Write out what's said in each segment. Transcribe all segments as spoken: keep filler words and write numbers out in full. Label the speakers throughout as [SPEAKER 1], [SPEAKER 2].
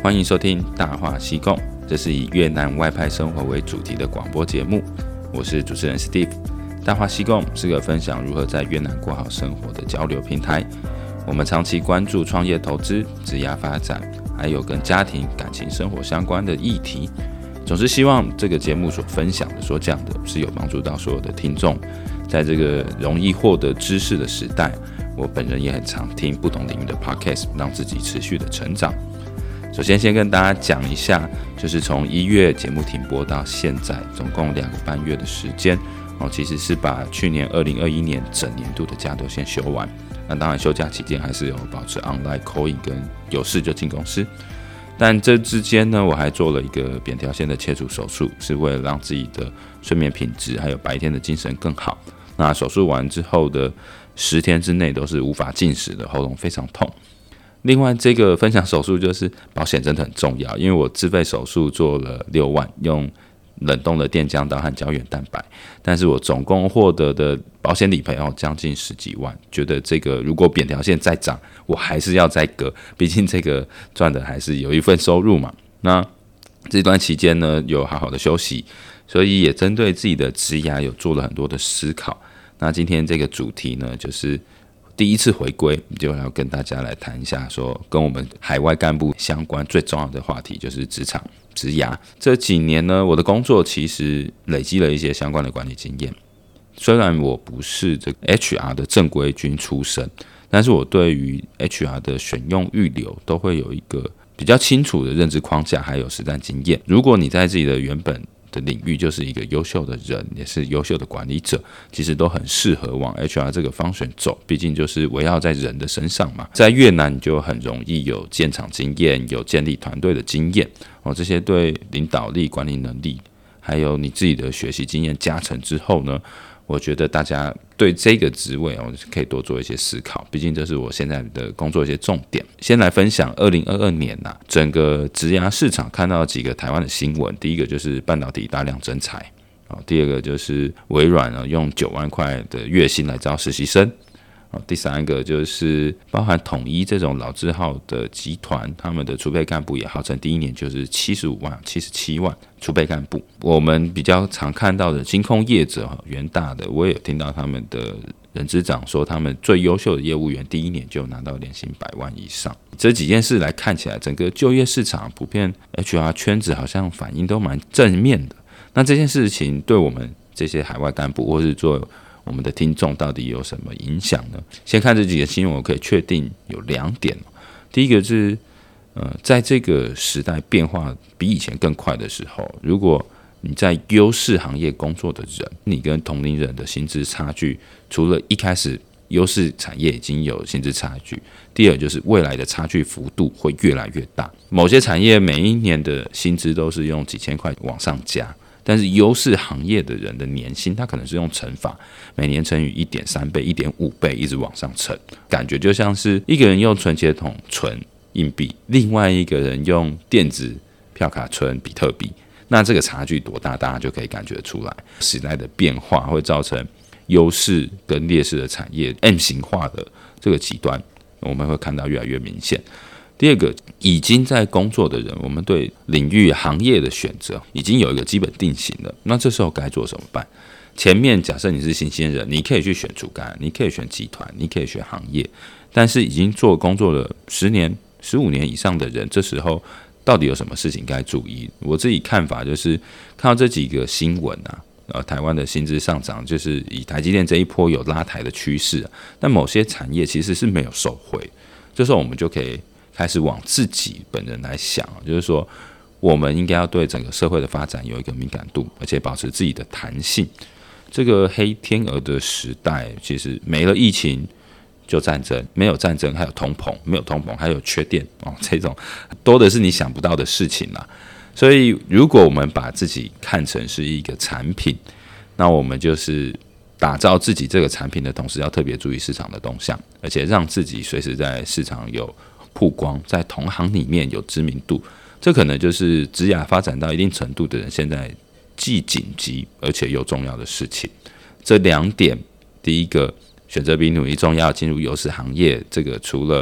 [SPEAKER 1] 欢迎收听大话西贡，这是以越南外派生活为主题的广播节目。我是主持人 Steve。大话西贡是个分享如何在越南过好生活的交流平台。我们长期关注创业投资、职业发展，还有跟家庭、感情、生活相关的议题。总是希望这个节目所分享的、所讲的是有帮助到所有的听众。在这个容易获得知识的时代，我本人也很常听不同领域的 podcast， 让自己持续的成长。首先，先跟大家讲一下，就是从一月节目停播到现在，总共两个半月的时间，哦，其实是把去年二零二一年整年度的假都先休完。那当然，休假期间还是有保持 online call in 跟有事就进公司。但这之间呢，我还做了一个扁桃腺的切除手术，是为了让自己的睡眠品质还有白天的精神更好。那手术完之后的十天之内都是无法进食的，喉咙非常痛。另外，这个分享手术就是保险真的很重要，因为我自费手术做了六万，用冷冻的电浆刀和胶原蛋白，但是我总共获得的保险理赔哦将近十几万，觉得这个如果扁桃腺再长，我还是要再割，毕竟这个赚的还是有一份收入嘛。那这段期间呢，有好好的休息，所以也针对自己的职涯有做了很多的思考。那今天这个主题呢，就是第一次回归，就要跟大家来谈一下，说跟我们海外干部相关最重要的话题，就是职场职涯。这几年呢，我的工作其实累积了一些相关的管理经验。虽然我不是这个 H R 的正规军出身，但是我对于 H R 的选用预留都会有一个比较清楚的认知框架，还有实战经验。如果你在自己的原本的领域就是一个优秀的人，也是优秀的管理者，其实都很适合往 H R 这个方向走，毕竟就是围绕在人的身上嘛。在越南就很容易有建厂经验，有建立团队的经验，哦，这些对领导力、管理能力，还有你自己的学习经验加成之后呢，我觉得大家对这个职位哦可以多做一些思考，毕竟这是我现在的工作一些重点。先来分享二零二二年啊，整个职涯市场看到几个台湾的新闻。第一个就是半导体大量征才，第二个就是微软用九万块的月薪来招实习生。第三个就是包含统一这种老字号的集团，他们的储备干部也号称第一年就是七十五万、七十七万储备干部。我们比较常看到的金控业者元大的，我也有听到他们的人资长说，他们最优秀的业务员第一年就拿到年薪百万以上。这几件事来看起来，整个就业市场普遍 H R 圈子好像反应都蛮正面的。那这件事情对我们这些海外干部或是做我们的听众到底有什么影响呢？先看这几个新闻，我可以确定有两点。第一个是，呃，在这个时代变化比以前更快的时候，如果你在优势行业工作的人，你跟同龄人的薪资差距，除了一开始优势产业已经有薪资差距，第二就是未来的差距幅度会越来越大。某些产业每一年的薪资都是用几千块往上加。但是优势行业的人的年薪，他可能是用乘法，每年乘以 一点三 倍、一点五 倍，一直往上乘，感觉就像是一个人用存钱筒存硬币，另外一个人用电子票卡存比特币，那这个差距多大，大家就可以感觉出来。时代的变化会造成优势跟劣势的产业 M 型化的这个极端，我们会看到越来越明显。第二个，已经在工作的人，我们对领域行业的选择已经有一个基本定型了。那这时候该做什么办？前面假设你是新鲜人，你可以去选主干，你可以选集团，你可以选行业，但是已经做工作了十年、十五年以上的人，这时候到底有什么事情该注意？我自己看法就是看到这几个新闻啊。呃，台湾的薪资上涨，就是以台积电这一波有拉抬的趋势，但某些产业其实是没有受惠。这时候我们就可以开始往自己本人来想，就是说，我们应该要对整个社会的发展有一个敏感度，而且保持自己的弹性。这个黑天鹅的时代，其实没了疫情就战争，没有战争还有通膨，没有通膨还有缺电哦，这种多的是你想不到的事情啦。所以，如果我们把自己看成是一个产品，那我们就是打造自己这个产品的同时，要特别注意市场的动向，而且让自己随时在市场有曝光，在同行里面有知名度。这可能就是职涯发展到一定程度的人现在既紧急而且又重要的事情。这两点，第一个选择比努力重要，进入优势行业，这个除了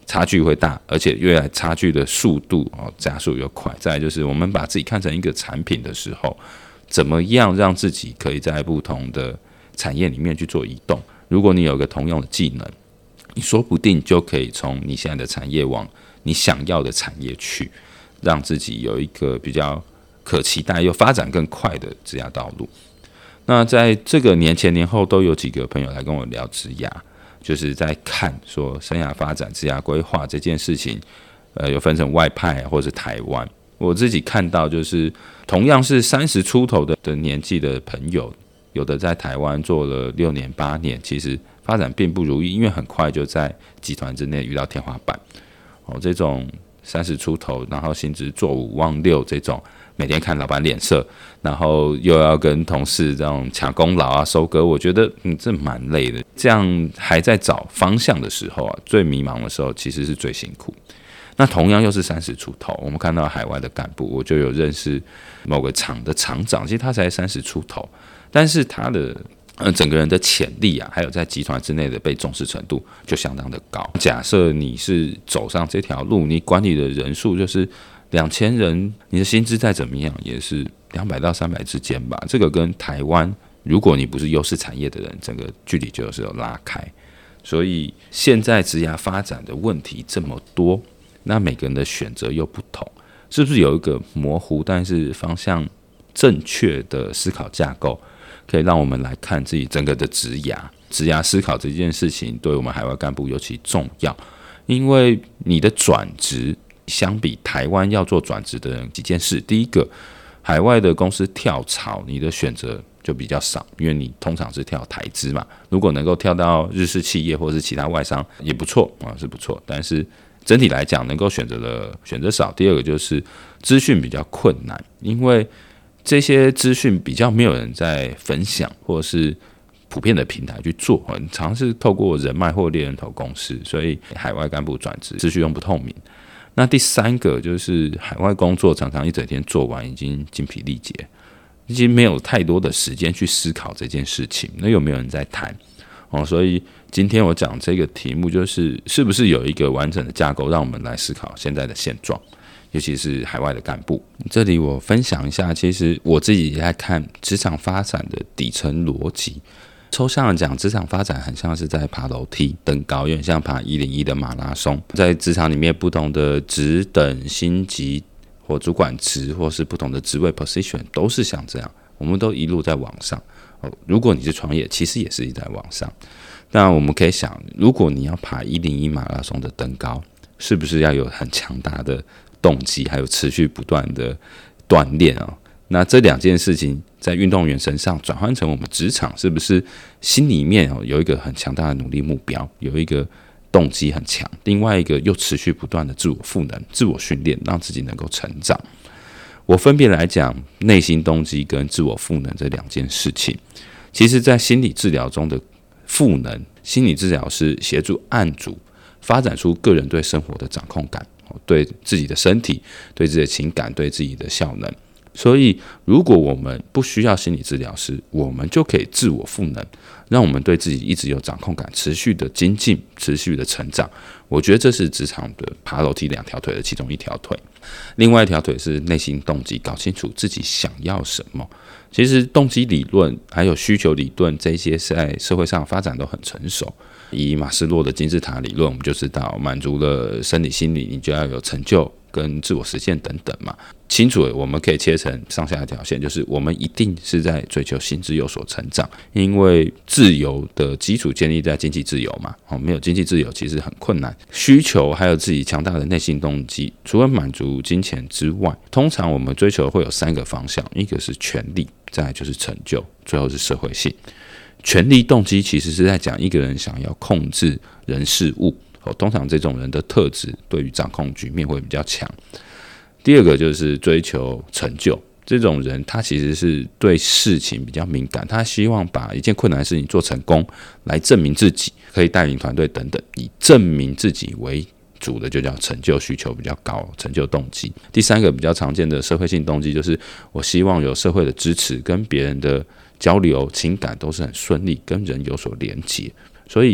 [SPEAKER 1] 差距会大，而且越来差距的速度哦加速又快。再来就是我们把自己看成一个产品的时候，怎么样让自己可以在不同的产业里面去做移动？如果你有个同样的技能，你说不定就可以从你现在的产业往你想要的产业去，让自己有一个比较可期待又发展更快的职业道路。那在这个年前年后都有几个朋友来跟我聊职涯，就是在看说生涯发展、职涯规划这件事情，呃，有分成外派或者台湾。我自己看到就是同样是三十出头 的, 的年纪的朋友，有的在台湾做了六年八年，其实发展并不如意，因为很快就在集团之内遇到天花板。哦，这种三十出头，然后薪资做五望六这种。每天看老板脸色，然后又要跟同事这样抢功劳啊、收割，我觉得嗯，这蛮累的。这样还在找方向的时候啊，最迷茫的时候，其实是最辛苦。那同样又是三十出头，我们看到海外的干部，我就有认识某个厂的厂长，其实他才三十出头，但是他的呃整个人的潜力啊，还有在集团之内的被重视程度就相当的高。假设你是走上这条路，你管理的人数就是两千人，你的薪资再怎么样也是两百到三百之间吧。这个跟台湾，如果你不是优势产业的人，整个距离就是有拉开。所以现在职涯发展的问题这么多，那每个人的选择又不同，是不是有一个模糊但是方向正确的思考架构，可以让我们来看自己整个的职涯？职涯思考这件事情对我们海外干部尤其重要，因为你的转职相比台湾要做转职的人几件事，第一个，海外的公司跳槽，你的选择就比较少，因为你通常是跳台资嘛。如果能够跳到日式企业或是其他外商也不错啊，是不错。但是整体来讲，能够选择的选择少。第二个就是资讯比较困难，因为这些资讯比较没有人在分享，或是普遍的平台去做，很常是透过人脉或猎人头公司，所以海外干部转职资讯又不透明。那第三个就是海外工作常常一整天做完已经精疲力竭，已经没有太多的时间去思考这件事情，那有没有人在谈？哦，所以今天我讲这个题目就是是不是有一个完整的架构让我们来思考现在的现状，尤其是海外的干部。这里我分享一下，其实我自己也在看职场发展的底层逻辑。抽象的讲，职场发展很像是在爬楼梯登高，有点像爬一零一的马拉松。在职场里面，不同的职等、星级或主管职，或是不同的职位 position， 都是像这样，我们都一路在往上。如果你是创业，其实也是一直在往上。那我们可以想，如果你要爬一零一马拉松的登高，是不是要有很强大的动机，还有持续不断的锻炼啊？那这两件事情在运动员身上转换成我们职场，是不是心里面有一个很强大的努力目标，有一个动机很强，另外一个又持续不断的自我赋能、自我训练，让自己能够成长？我分别来讲内心动机跟自我赋能这两件事情。其实在心理治疗中的赋能，心理治疗师协助案主发展出个人对生活的掌控感，对自己的身体、对自己的情感、对自己的效能。所以如果我们不需要心理治疗师，我们就可以自我赋能，让我们对自己一直有掌控感，持续的精进，持续的成长。我觉得这是职场的爬楼梯两条腿的其中一条腿，另外一条腿是内心动机，搞清楚自己想要什么。其实动机理论还有需求理论这些在社会上发展都很成熟。以马斯洛的金字塔理论，我们就知道满足了生理心理，你就要有成就跟自我实现等等嘛。清楚的我们可以切成上下一条线，就是我们一定是在追求心智有所成长，因为自由的基础建立在经济自由嘛，哦，没有经济自由其实很困难。需求还有自己强大的内心动机，除了满足金钱之外，通常我们追求会有三个方向，一个是权力，再来就是成就，最后是社会性。权力动机其实是在讲一个人想要控制人事物，哦，通常这种人的特质对于掌控局面会比较强。第二个就是追求成就，这种人他其实是对事情比较敏感，他希望把一件困难的事情做成功，来证明自己，可以带领团队等等，以证明自己为主的就叫成就需求比较高，成就动机。第三个比较常见的社会性动机，就是我希望有社会的支持，跟别人的交流情感都是很顺利，跟人有所连结。所以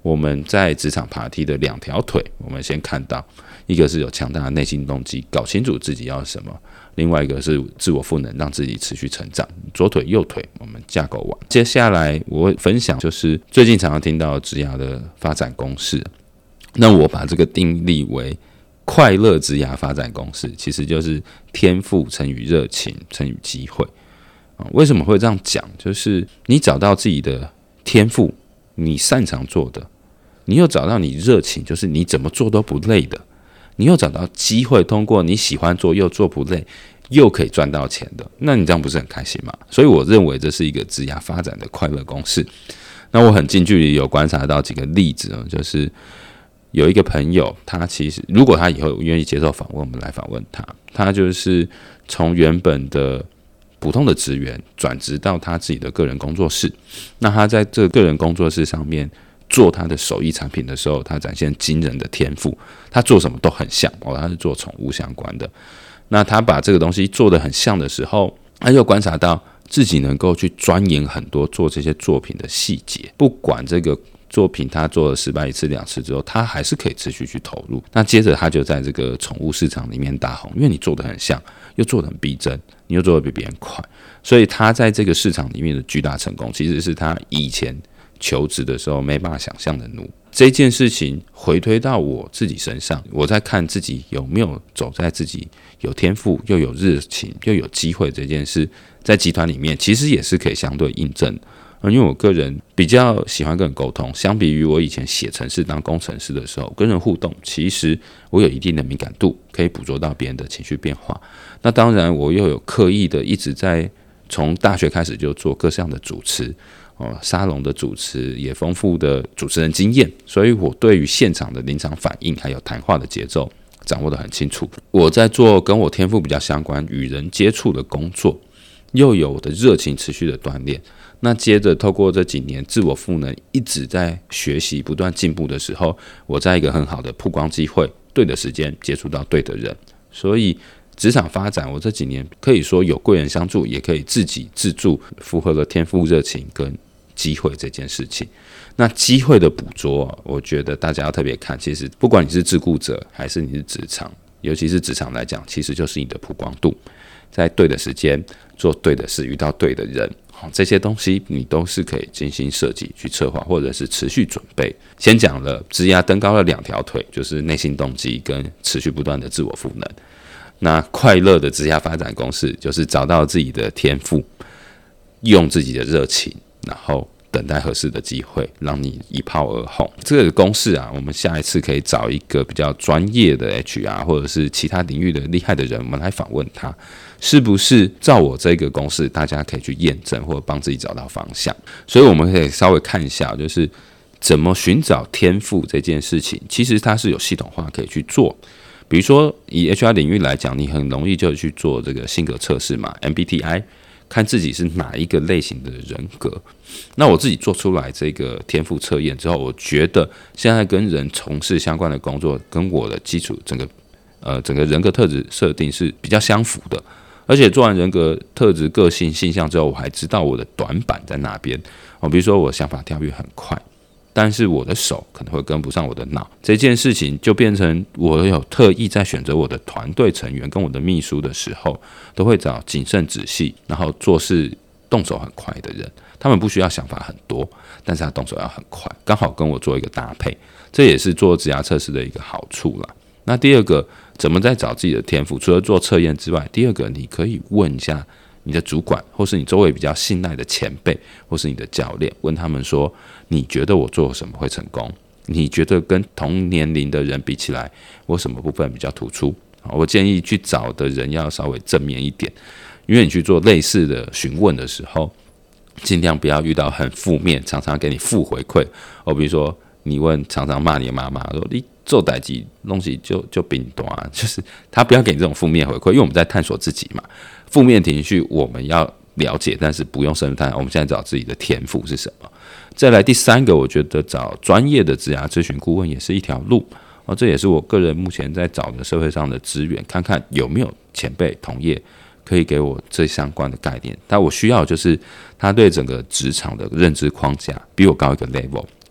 [SPEAKER 1] 我们在职场爬梯的两条腿，我们先看到一个是有强大的内心动机，搞清楚自己要什么；另外一个是自我赋能，让自己持续成长。左腿右腿我们架构完，接下来我会分享就是最近常常听到职涯的发展公式，那我把这个定义为快乐职涯发展公式，其实就是天赋乘以热情乘以机会。为什么会这样讲？就是你找到自己的天赋，你擅长做的，你又找到你热情，就是你怎么做都不累的，你又找到机会，通过你喜欢做又做不累又可以赚到钱的，那你这样不是很开心吗？所以我认为这是一个职涯发展的快乐公式。那我很近距离有观察到几个例子，就是有一个朋友，他其实如果他以后愿意接受访问，我们来访问他，他就是从原本的普通的职员转职到他自己的个人工作室。那他在这个个人工作室上面做他的手艺产品的时候，他展现惊人的天赋，他做什么都很像哦，他是做宠物相关的。那他把这个东西做得很像的时候，他又观察到自己能够去钻研很多做这些作品的细节，不管这个作品他做了失败一次两次之后，他还是可以持续去投入。那接着他就在这个宠物市场里面大红，因为你做得很像，又做得很逼真，你又做得比别人快，所以他在这个市场里面的巨大成功，其实是他以前求职的时候没办法想象的努。这件事情回推到我自己身上，我在看自己有没有走在自己有天赋又有热情又有机会这件事，在集团里面其实也是可以相对印证的。因为我个人比较喜欢跟人沟通，相比于我以前写程式当工程师的时候，跟人互动，其实我有一定的敏感度，可以捕捉到别人的情绪变化。那当然，我又有刻意的一直在从大学开始就做各项的主持，哦，沙龙的主持，也丰富的主持人经验，所以我对于现场的临场反应还有谈话的节奏掌握得很清楚。我在做跟我天赋比较相关与人接触的工作，又有我的热情持续的锻炼。那接着透过这几年自我赋能一直在学习不断进步的时候，我在一个很好的曝光机会，对的时间接触到对的人，所以职场发展我这几年可以说有贵人相助，也可以自己自助，符合了天赋热情跟机会这件事情。那机会的捕捉，我觉得大家要特别看，其实不管你是自雇者还是你是职场，尤其是职场来讲，其实就是你的曝光度，在对的时间做对的事，遇到对的人，这些东西你都是可以精心设计去策划，或者是持续准备。先讲了职涯登高的两条腿，就是内心动机跟持续不断的自我赋能。那快乐的职涯发展公式就是找到自己的天赋，用自己的热情，然后等待合适的机会，让你一炮而红。这个公式啊，我们下一次可以找一个比较专业的 H R 或者是其他领域的厉害的人，我们来访问他，是不是照我这个公式，大家可以去验证或者帮自己找到方向。所以我们可以稍微看一下，就是怎么寻找天赋这件事情，其实它是有系统化可以去做。比如说以 H R 领域来讲，你很容易就去做这个性格测试嘛 ，M B T I。看自己是哪一个类型的人格。那我自己做出来这个天赋测验之后，我觉得现在跟人从事相关的工作，跟我的基础整个呃整个人格特质设定是比较相符的。而且做完人格特质、个性、性向之后，我还知道我的短板在哪边。哦，比如说我想法跳跃很快，但是我的手可能会跟不上我的脑，这件事情就变成我有特意在选择我的团队成员跟我的秘书的时候，都会找谨慎仔细，然后做事动手很快的人。他们不需要想法很多，但是他动手要很快，刚好跟我做一个搭配，这也是做职涯测试的一个好处啦。那第二个，怎么在找自己的天赋？除了做测验之外，第二个你可以问一下你的主管，或是你周围比较信赖的前辈，或是你的教练，问他们说，你觉得我做什么会成功？你觉得跟同年龄的人比起来，我什么部分比较突出？我建议去找的人要稍微正面一点，因为你去做类似的询问的时候，尽量不要遇到很负面，常常给你负回馈。哦，比如说你问常常骂你的妈妈说，你做代志东西就就饼大，就是他不要给你这种负面回馈，因为我们在探索自己嘛。负面情绪我们要了解，但是不用深探。我们现在找自己的天赋是什么。再来第三个，我觉得找专业的职涯咨询顾问也是一条路。哦，这也是我个人目前在找的社会上的资源，看看有没有前辈同业可以给我这相关的概念。但我需要的就是他对整个职场的认知框架比我高一个 level，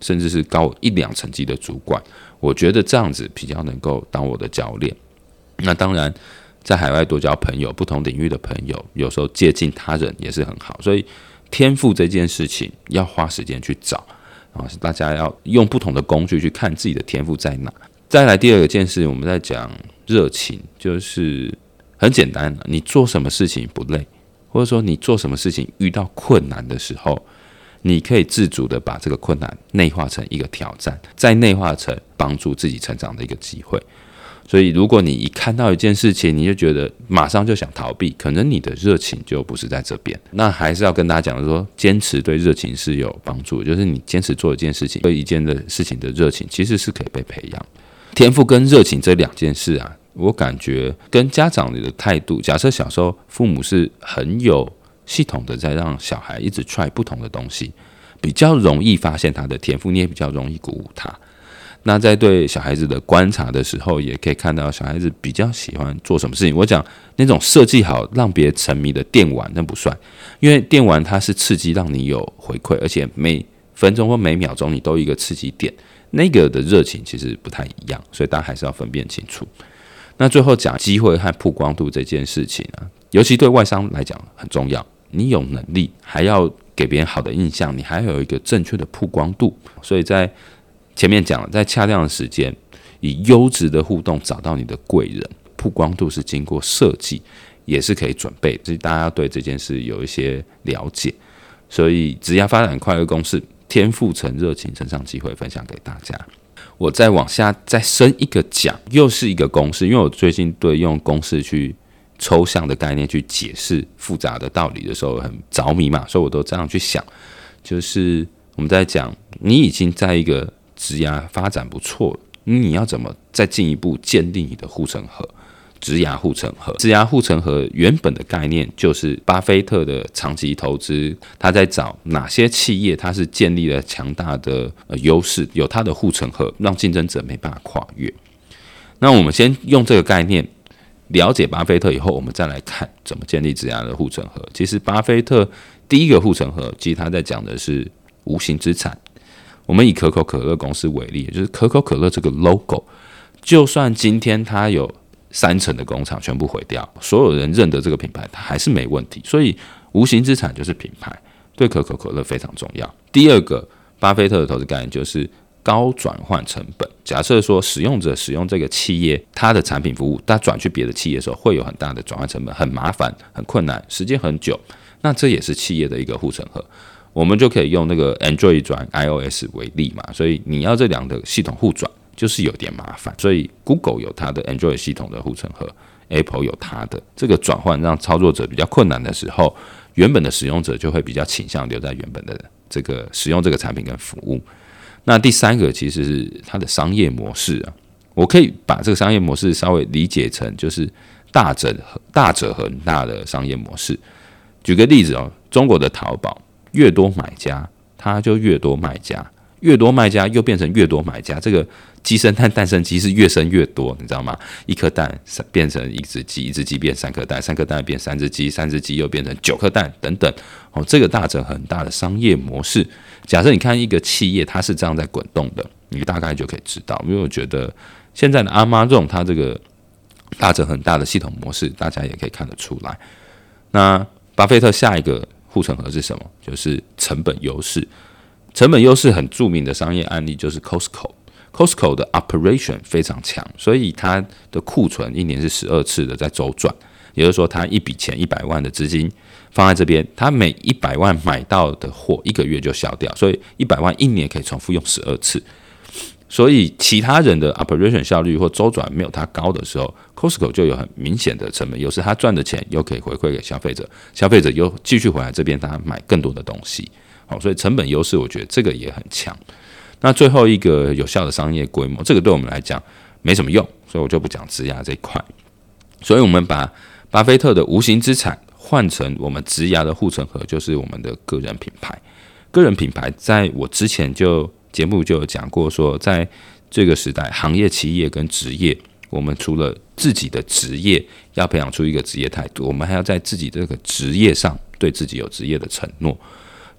[SPEAKER 1] 甚至是高我一两层级的主管，我觉得这样子比较能够当我的教练。那当然在海外多交朋友，不同领域的朋友，有时候接近他人也是很好。所以天赋这件事情要花时间去找，然后大家要用不同的工具去看自己的天赋在哪。再来第二个件事，我们在讲热情，就是很简单，你做什么事情不累，或者说你做什么事情遇到困难的时候，你可以自主的把这个困难内化成一个挑战，再内化成帮助自己成长的一个机会。所以如果你一看到一件事情，你就觉得马上就想逃避，可能你的热情就不是在这边。那还是要跟大家讲的说，坚持对热情是有帮助的，就是你坚持做一件事情，对一件的事情的热情其实是可以被培养。天赋跟热情这两件事啊，我感觉跟家长的态度，假设小时候父母是很有系统的在让小孩一直 try 不同的东西，比较容易发现他的天赋，你也比较容易鼓舞他。那在对小孩子的观察的时候，也可以看到小孩子比较喜欢做什么事情。我讲那种设计好让别人沉迷的电玩那不算，因为电玩它是刺激让你有回馈，而且每分钟或每秒钟你都有一个刺激点，那个的热情其实不太一样，所以大家还是要分辨清楚。那最后讲机会和曝光度这件事情啊，尤其对外商来讲很重要。你有能力，还要给别人好的印象，你还要有一个正确的曝光度。所以在前面讲了，在恰当的时间，以优质的互动找到你的贵人，曝光度是经过设计，也是可以准备，所以大家要对这件事有一些了解。所以职业发展快乐公式，天赋乘热情乘上机会，分享给大家。我再往下再深一个讲，又是一个公式，因为我最近对用公式去抽象的概念去解释复杂的道理的时候很着迷嘛，所以我都这样去想，就是我们在讲你已经在一个职涯发展不错了，你要怎么再进一步建立你的护城河？职涯护城河，职涯护城河原本的概念就是巴菲特的长期投资，他在找哪些企业，他是建立了强大的优势，有他的护城河，让竞争者没办法跨越。那我们先用这个概念了解巴菲特以后，我们再来看怎么建立职涯的护城河。其实巴菲特第一个护城河，其实他在讲的是无形资产。我们以可口可乐公司为例，就是可口可乐这个 logo， 就算今天它有三成的工厂全部毁掉，所有人认得这个品牌，它还是没问题。所以无形资产就是品牌，对可口可乐非常重要。第二个，巴菲特的投资概念就是高转换成本。假设说使用者使用这个企业它的产品服务，他转去别的企业的时候，会有很大的转换成本，很麻烦、很困难，时间很久。那这也是企业的一个护城河。我们就可以用那个 Android 转 iOS 为例嘛，所以你要这两个系统互转，就是有点麻烦。所以 Google 有它的 Android 系统的护城河， Apple 有它的这个转换，让操作者比较困难的时候，原本的使用者就会比较倾向留在原本的这个使用这个产品跟服务。那第三个其实是它的商业模式啊，我可以把这个商业模式稍微理解成就是大者大者恒大的商业模式。举个例子哦，中国的淘宝越多买家，它就越多卖家，越多卖家又变成越多买家，这个鸡生蛋，蛋生鸡是越生越多，你知道吗？一颗蛋变成一只鸡，一只鸡变三颗蛋，三颗蛋变三只鸡，三只鸡又变成九颗蛋，等等。哦，这个大者很大的商业模式，假设你看一个企业，它是这样在滚动的，你大概就可以知道。因为我觉得现在的 Amazon 它这个大者很大的系统模式，大家也可以看得出来。那巴菲特下一个护城河是什么？就是成本优势。成本优势很著名的商业案例就是 Costco。Costco 的 operation 非常强，所以它的库存一年是十二次的在周转，也就是说，它一笔钱一百万的资金放在这边，它每一百万买到的货一个月就销掉，所以一百万一年可以重复用十二次。所以其他人的 operation 效率或周转没有它高的时候， Costco 就有很明显的成本优势，它赚的钱又可以回馈给消费者，消费者又继续回来这边他买更多的东西。好，所以成本优势我觉得这个也很强。那最后一个有效的商业规模，这个对我们来讲没什么用，所以我就不讲职涯这一块。所以我们把巴菲特的无形资产换成我们职涯的护城河，就是我们的个人品牌。个人品牌在我之前就节目就有讲过说，在这个时代，行业、企业跟职业，我们除了自己的职业要培养出一个职业态度，我们还要在自己这个职业上对自己有职业的承诺。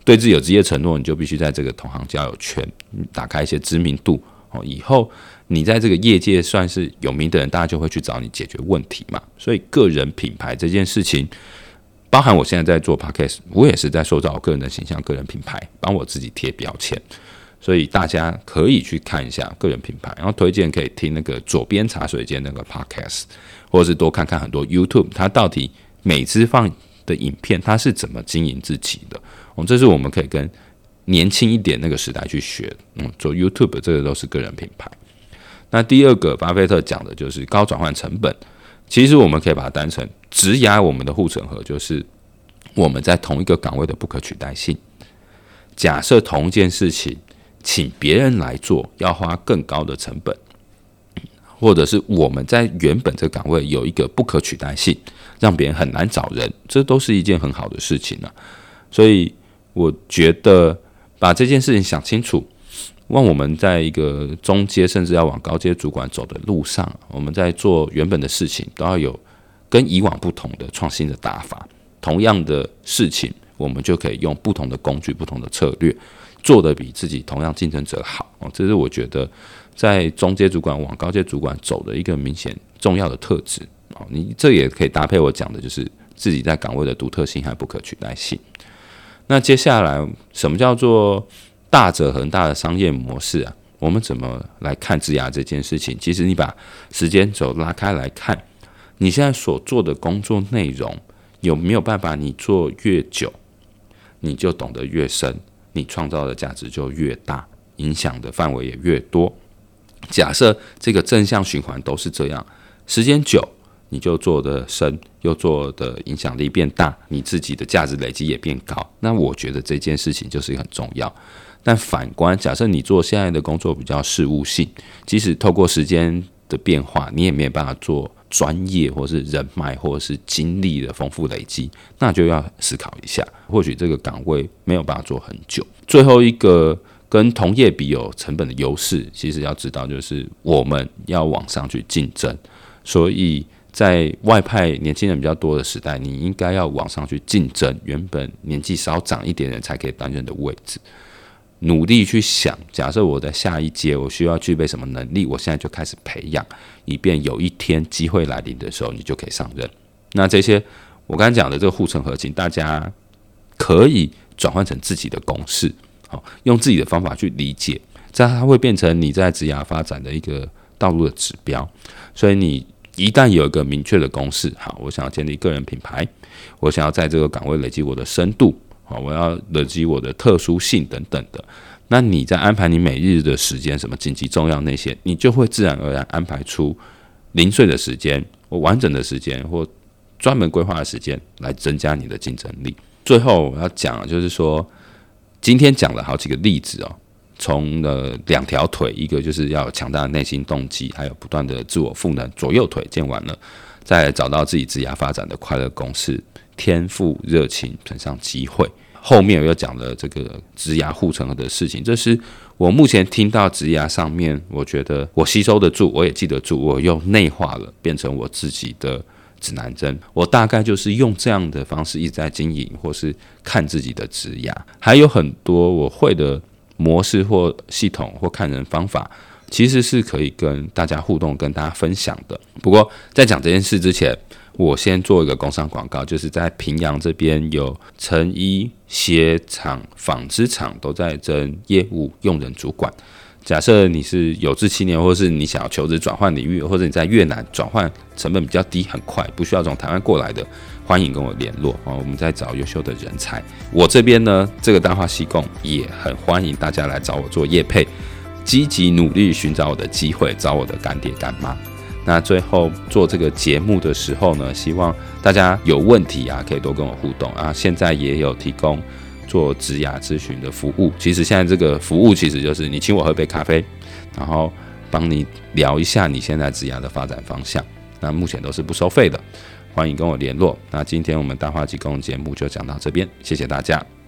[SPEAKER 1] 对自己有职业承诺，你就必须在这个同行交友圈打开一些知名度，以后你在这个业界算是有名的人，大家就会去找你解决问题嘛。所以个人品牌这件事情，包含我现在在做 podcast， 我也是在塑造我个人的形象、个人品牌，帮我自己贴标签。所以大家可以去看一下个人品牌，然后推荐可以听那个左边茶水间那个 podcast， 或者是多看看很多 YouTube， 它到底每次放的影片它是怎么经营自己的。哦，这是我们可以跟年轻一点那个时代去学的。嗯，做 YouTube 这个都是个人品牌。那第二个，巴菲特讲的就是高转换成本。其实我们可以把它当成职涯我们的护城河，就是我们在同一个岗位的不可取代性。假设同一件事情，请别人来做，要花更高的成本，或者是我们在原本这个岗位有一个不可取代性，让别人很难找人，这都是一件很好的事情啊。所以我觉得把这件事情想清楚，让我们在一个中阶甚至要往高阶主管走的路上，我们在做原本的事情都要有跟以往不同的创新的打法。同样的事情，我们就可以用不同的工具、不同的策略，做得比自己同样竞争者好。这是我觉得在中阶主管往高阶主管走的一个明显重要的特质。你这也可以搭配我讲的，就是自己在岗位的独特性和不可取代性。那接下来，什么叫做大者恒大的商业模式啊？我们怎么来看职涯这件事情？其实你把时间轴拉开来看，你现在所做的工作内容有没有办法，你做越久，你就懂得越深，你创造的价值就越大，影响的范围也越多。假设这个正向循环都是这样，时间久，你就做得深，又做的影响力变大，你自己的价值累积也变高，那我觉得这件事情就是很重要。但反观，假设你做现在的工作比较事务性，即使透过时间的变化，你也没有办法做专业或是人脉或者是经历的丰富累积，那就要思考一下，或许这个岗位没有办法做很久。最后一个跟同业比有成本的优势，其实要知道就是我们要往上去竞争，所以在外派年轻人比较多的时代，你应该要往上去竞争原本年纪稍长一点的人才可以担任的位置。努力去想，假设我在下一阶我需要具备什么能力，我现在就开始培养，以便有一天机会来临的时候，你就可以上任。那这些我刚才讲的这个护城河，请大家可以转换成自己的公式，用自己的方法去理解，这样它会变成你在职涯发展的一个道路的指标。所以你一旦有一个明确的公式，好，我想要建立个人品牌，我想要在这个岗位累积我的深度，我要累积我的特殊性等等的，那你在安排你每日的时间，什么紧急重要那些，你就会自然而然安排出零碎的时间或完整的时间或专门规划的时间来增加你的竞争力。最后我要讲的就是说，今天讲了好几个例子哦，从了两条腿，一个就是要有强大的内心动机，还有不断的自我赋能，左右腿见完了，再来找到自己职涯发展的快乐公式，天赋、热情乘上机会。后面我又讲了这个职涯护城河的事情，这是我目前听到职涯上面，我觉得我吸收得住，我也记得住，我又内化了，变成我自己的指南针。我大概就是用这样的方式一直在经营，或是看自己的职涯。还有很多我会的模式或系统或看人方法，其实是可以跟大家互动、跟大家分享的。不过在讲这件事之前，我先做一个工商广告，就是在平阳这边有成衣、鞋厂、纺织厂都在征业务用人主管。假设你是有志青年，或是你想要求职转换领域，或者你在越南转换成本比较低、很快，不需要从台湾过来的，欢迎跟我联络，我们在找优秀的人才。我这边呢，这个大话西贡也很欢迎大家来找我做业配，积极努力寻找我的机会，找我的干爹干妈。那最后做这个节目的时候呢，希望大家有问题啊，可以多跟我互动啊。现在也有提供做职涯咨询的服务，其实现在这个服务其实就是你请我喝杯咖啡，然后帮你聊一下你现在职涯的发展方向。那目前都是不收费的，欢迎跟我联络。那今天我们大话西贡节目就讲到这边，谢谢大家。